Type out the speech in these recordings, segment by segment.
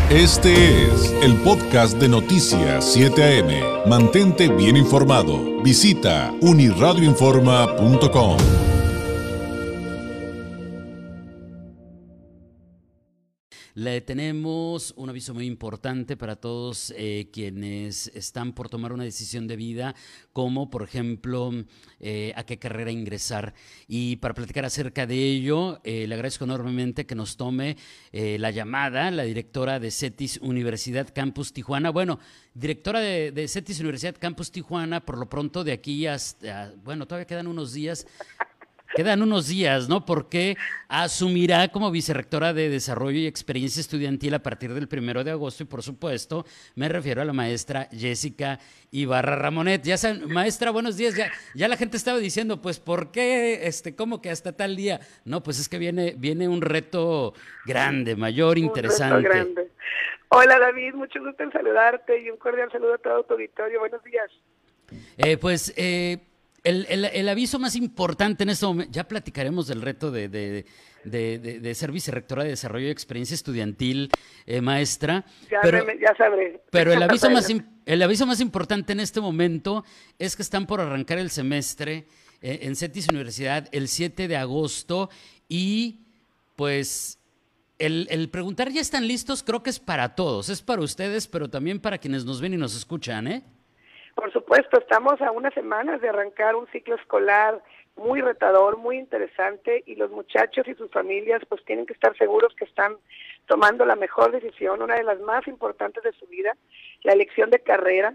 Este es el podcast de Noticias 7 AM. Mantente bien informado. Visita uniradioinforma.com. Le tenemos un aviso muy importante para todos quienes están por tomar una decisión de vida, como por ejemplo a qué carrera ingresar. Y para platicar acerca de ello, le agradezco enormemente que nos tome la llamada la directora de CETIS Universidad Campus Tijuana. Bueno, directora de CETIS Universidad Campus Tijuana, por lo pronto de aquí hasta, bueno, todavía quedan unos días. Quedan unos días, ¿no? Porque asumirá como vicerrectora de Desarrollo y Experiencia Estudiantil a partir del 1 de agosto y, por supuesto, me refiero a la maestra Jessica Ibarra Ramonet. Ya saben, maestra, buenos días. Ya la gente estaba diciendo, pues, ¿por qué, cómo que hasta tal día? No, pues es que viene un reto grande, mayor, interesante. Un reto grande. Hola, David, mucho gusto en saludarte y un cordial saludo a todo tu auditorio. Buenos días. El aviso más importante en este momento, ya platicaremos del reto de ser vicerrectora de Desarrollo y Experiencia Estudiantil, maestra. Ya sabré. Pero el aviso más importante en este momento es que están por arrancar el semestre en CETIS Universidad el 7 de agosto y pues el preguntar, ¿ya están listos? Creo que es para todos, es para ustedes, pero también para quienes nos ven y nos escuchan, ¿eh? Por supuesto, estamos a unas semanas de arrancar un ciclo escolar muy retador, muy interesante, y los muchachos y sus familias pues tienen que estar seguros que están tomando la mejor decisión, una de las más importantes de su vida, la elección de carrera.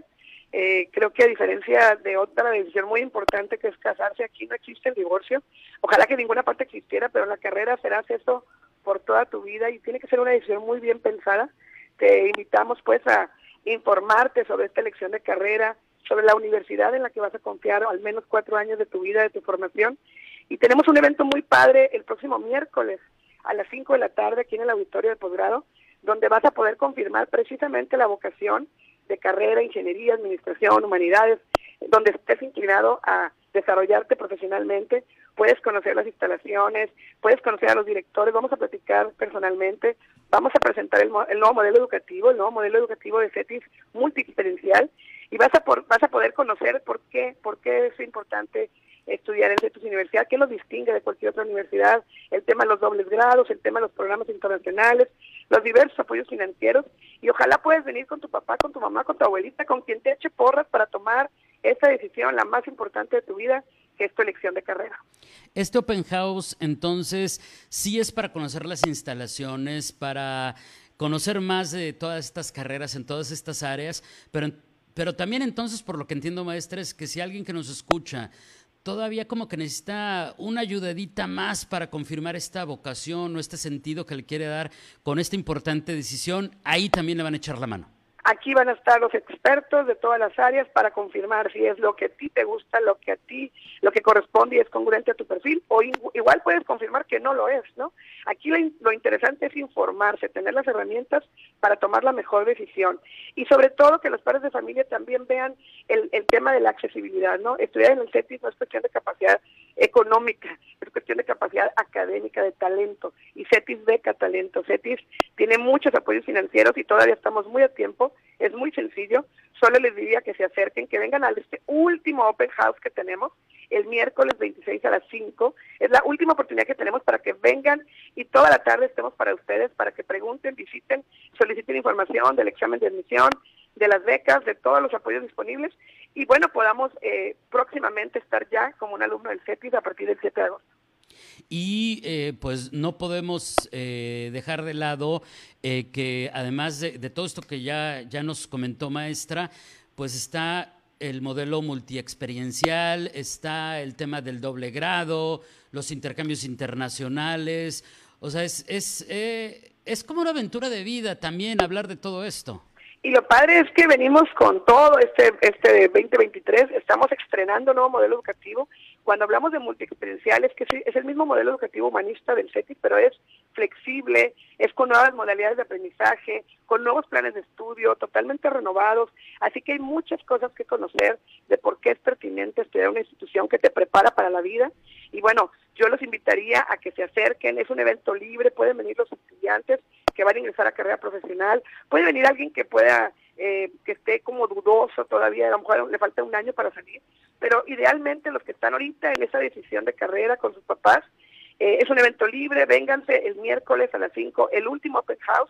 Creo que a diferencia de otra decisión muy importante que es casarse, aquí no existe el divorcio. Ojalá que en ninguna parte existiera, pero en la carrera serás eso por toda tu vida y tiene que ser una decisión muy bien pensada. Te invitamos pues a informarte sobre esta elección de carrera, sobre la universidad en la que vas a confiar al menos 4 años de tu vida, de tu formación. Y tenemos un evento muy padre el próximo miércoles a las 5 de la tarde aquí en el auditorio de posgrado, donde vas a poder confirmar precisamente la vocación de carrera, ingeniería, administración, humanidades, donde estés inclinado a desarrollarte profesionalmente. Puedes conocer las instalaciones, puedes conocer a los directores, vamos a platicar personalmente, vamos a presentar el nuevo modelo educativo de CETIS multiexperiencial, y vas a poder conocer por qué es importante estudiar en CETIS Universidad, qué los distingue de cualquier otra universidad, el tema de los dobles grados, el tema de los programas internacionales, los diversos apoyos financieros, y ojalá puedas venir con tu papá, con tu mamá, con tu abuelita, con quien te eche porras para tomar esta decisión, la más importante de tu vida, que es tu elección de carrera. Este Open House, entonces, sí es para conocer las instalaciones, para conocer más de todas estas carreras en todas estas áreas, pero también entonces, por lo que entiendo, maestra, es que si alguien que nos escucha todavía como que necesita una ayudadita más para confirmar esta vocación o este sentido que le quiere dar con esta importante decisión, ahí también le van a echar la mano. Aquí van a estar los expertos de todas las áreas para confirmar si es lo que a ti te gusta, lo que corresponde y es congruente a tu perfil, o igual puedes confirmar que no lo es, ¿no? Aquí lo interesante es informarse, tener las herramientas para tomar la mejor decisión, y sobre todo que los padres de familia también vean el tema de la accesibilidad, ¿no? Estudiar en el CETIS no es cuestión de capacidad económica, es cuestión de capacidad académica, de talento, y CETIS beca talento. CETIS tiene muchos apoyos financieros y todavía estamos muy a tiempo. Es muy sencillo, solo les diría que se acerquen, que vengan a este último Open House que tenemos el miércoles 26 a las 5. Es la última oportunidad que tenemos para que vengan y toda la tarde estemos para ustedes, para que pregunten, visiten, soliciten información del examen de admisión, de las becas, de todos los apoyos disponibles, y bueno, podamos próximamente estar ya como un alumno del CETIS a partir del 7 de agosto. Y pues no podemos dejar de lado que además de todo esto que ya nos comentó, maestra, pues está el modelo multiexperiencial, está el tema del doble grado, los intercambios internacionales. O sea, es como una aventura de vida también hablar de todo esto. Y lo padre es que venimos con todo este 2023, estamos estrenando un nuevo modelo educativo. Cuando hablamos de multiexperiencial, es el mismo modelo educativo humanista del CETIS, pero es flexible, es con nuevas modalidades de aprendizaje, con nuevos planes de estudio, totalmente renovados. Así que hay muchas cosas que conocer de por qué es pertinente estudiar una institución que te prepara para la vida. Y bueno, yo los invitaría a que se acerquen, es un evento libre, pueden venir los estudiantes, que van a ingresar a carrera profesional. Puede venir alguien que pueda, que esté como dudoso todavía, a lo mejor le falta un año para salir, pero idealmente los que están ahorita en esa decisión de carrera con sus papás, es un evento libre, vénganse el miércoles a las 5, el último Open House,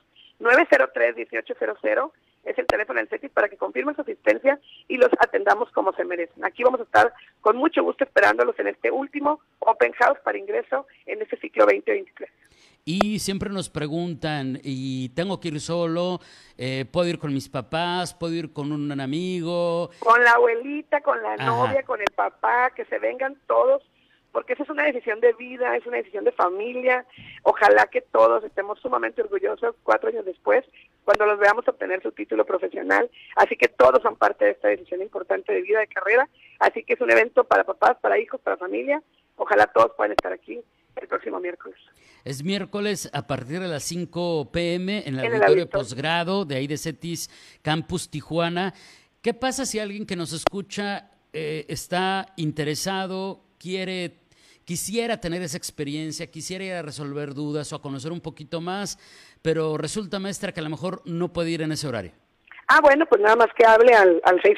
903-1800, es el teléfono del CETIS para que confirmen su asistencia y los atendamos como se merecen. Aquí vamos a estar con mucho gusto esperándolos en este último Open House para ingreso en este ciclo 2023. Y siempre nos preguntan, ¿y tengo que ir solo? ¿Puedo ir con mis papás? ¿Puedo ir con un amigo? Con la abuelita, con la novia, con el papá, que se vengan todos, porque esa es una decisión de vida, es una decisión de familia. Ojalá que todos estemos sumamente orgullosos 4 años después, cuando los veamos obtener su título profesional. Así que todos son parte de esta decisión importante de vida, de carrera. Así que es un evento para papás, para hijos, para familia. Ojalá todos puedan estar aquí el próximo miércoles. Es miércoles a partir de las 5 p.m. en el auditorio de posgrado de ahí de CETIS Campus Tijuana. ¿Qué pasa si alguien que nos escucha está interesado, quisiera tener esa experiencia, quisiera ir a resolver dudas o a conocer un poquito más, pero resulta, maestra, que a lo mejor no puede ir en ese horario? Bueno, pues nada más que hable al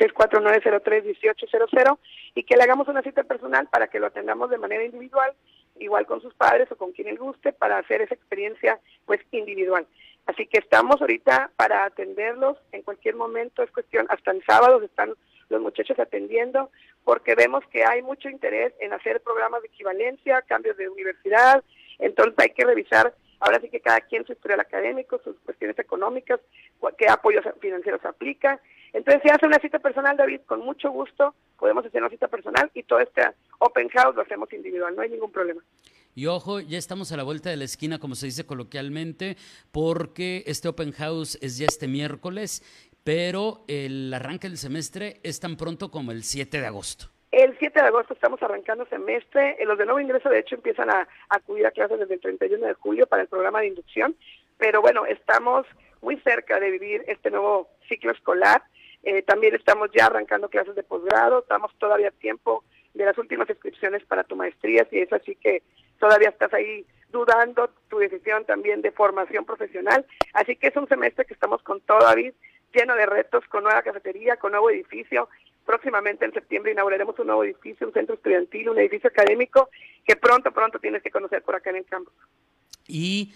664-903-1800 y que le hagamos una cita personal para que lo atendamos de manera individual, igual con sus padres o con quien él guste, para hacer esa experiencia pues individual. Así que estamos ahorita para atenderlos en cualquier momento, es cuestión, hasta en sábados están los muchachos atendiendo, porque vemos que hay mucho interés en hacer programas de equivalencia, cambios de universidad. Entonces hay que revisar, ahora sí que cada quien su historial académico, sus cuestiones económicas, qué apoyos financieros aplica. Entonces si hace una cita personal, David, con mucho gusto podemos hacer una cita personal y todo este Open House lo hacemos individual, no hay ningún problema. Y ojo, ya estamos a la vuelta de la esquina, como se dice coloquialmente, porque este Open House es ya este miércoles, pero el arranque del semestre es tan pronto como el 7 de agosto. El 7 de agosto estamos arrancando semestre. Los de nuevo ingreso, de hecho, empiezan a acudir a clases desde el 31 de julio para el programa de inducción. Pero bueno, estamos muy cerca de vivir este nuevo ciclo escolar. También estamos ya arrancando clases de posgrado. Estamos todavía a tiempo de las últimas inscripciones para tu maestría. Si es así que todavía estás ahí dudando tu decisión también de formación profesional. Así que es un semestre que estamos con todo, David, lleno de retos, con nueva cafetería, con nuevo edificio. Próximamente en septiembre inauguraremos un nuevo edificio, un centro estudiantil, un edificio académico que pronto tienes que conocer por acá en el campus. Y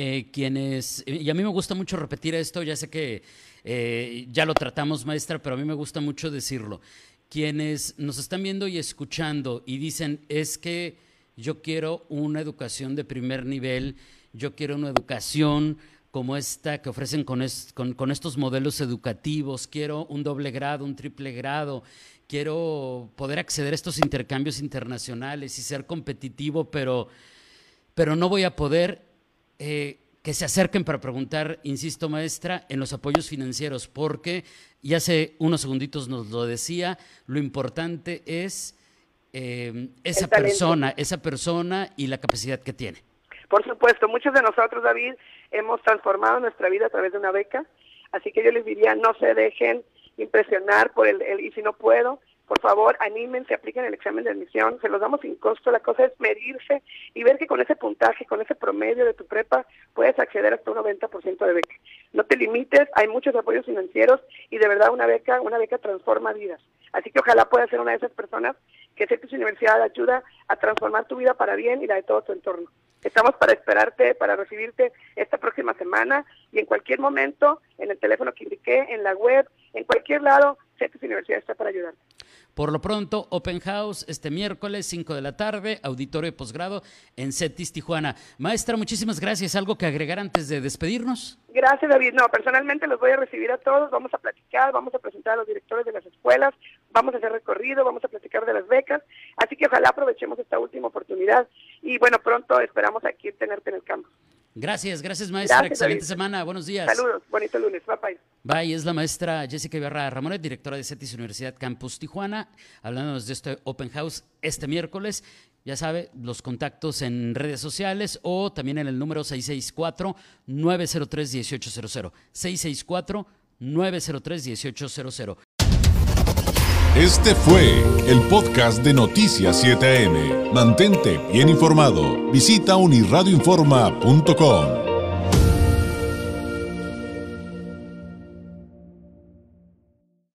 y a mí me gusta mucho repetir esto, ya sé que ya lo tratamos, maestra, pero a mí me gusta mucho decirlo. Quienes nos están viendo y escuchando y dicen, es que yo quiero una educación de primer nivel, yo quiero una educación como esta que ofrecen con estos modelos educativos, quiero un doble grado, un triple grado, quiero poder acceder a estos intercambios internacionales y ser competitivo, pero no voy a poder, que se acerquen para preguntar, insisto, maestra, en los apoyos financieros, porque, y hace unos segunditos nos lo decía, lo importante es esa persona y la capacidad que tiene. Por supuesto, muchos de nosotros, David, hemos transformado nuestra vida a través de una beca, así que yo les diría, no se dejen impresionar por el y si no puedo, por favor, anímense, apliquen el examen de admisión, se los damos sin costo. La cosa es medirse y ver que con ese puntaje, con ese promedio de tu prepa, puedes acceder hasta un 90% de beca. No te limites, hay muchos apoyos financieros y de verdad una beca transforma vidas. Así que ojalá puedas ser una de esas personas que CETIS Universidad ayuda a transformar tu vida para bien y la de todo tu entorno. Estamos para esperarte, para recibirte esta próxima semana y en cualquier momento, en el teléfono que indiqué, en la web, en cualquier lado, CETIS Universidad está para ayudarte. Por lo pronto, Open House este miércoles, 5 de la tarde, auditorio de posgrado en CETIS Tijuana. Maestra, muchísimas gracias. ¿Algo que agregar antes de despedirnos? Gracias, David. No, personalmente los voy a recibir a todos, vamos a platicar, vamos a presentar a los directores de las escuelas, vamos a hacer recorrido, vamos a platicar de las becas, así que ojalá aprovechemos esta última oportunidad y bueno, pronto esperamos aquí tenerte en el campus. Gracias maestra. Gracias, excelente David. Semana, buenos días. Saludos, bonito lunes, bye. Bye, es la maestra Jessica Ibarra Ramonet, directora de CETIS Universidad Campus Tijuana, hablándonos de este Open House este miércoles. Ya sabe, los contactos en redes sociales o también en el número 664-903-1800. 664-903-1800. Este fue el podcast de Noticias 7am. Mantente bien informado. Visita unirradioinforma.com.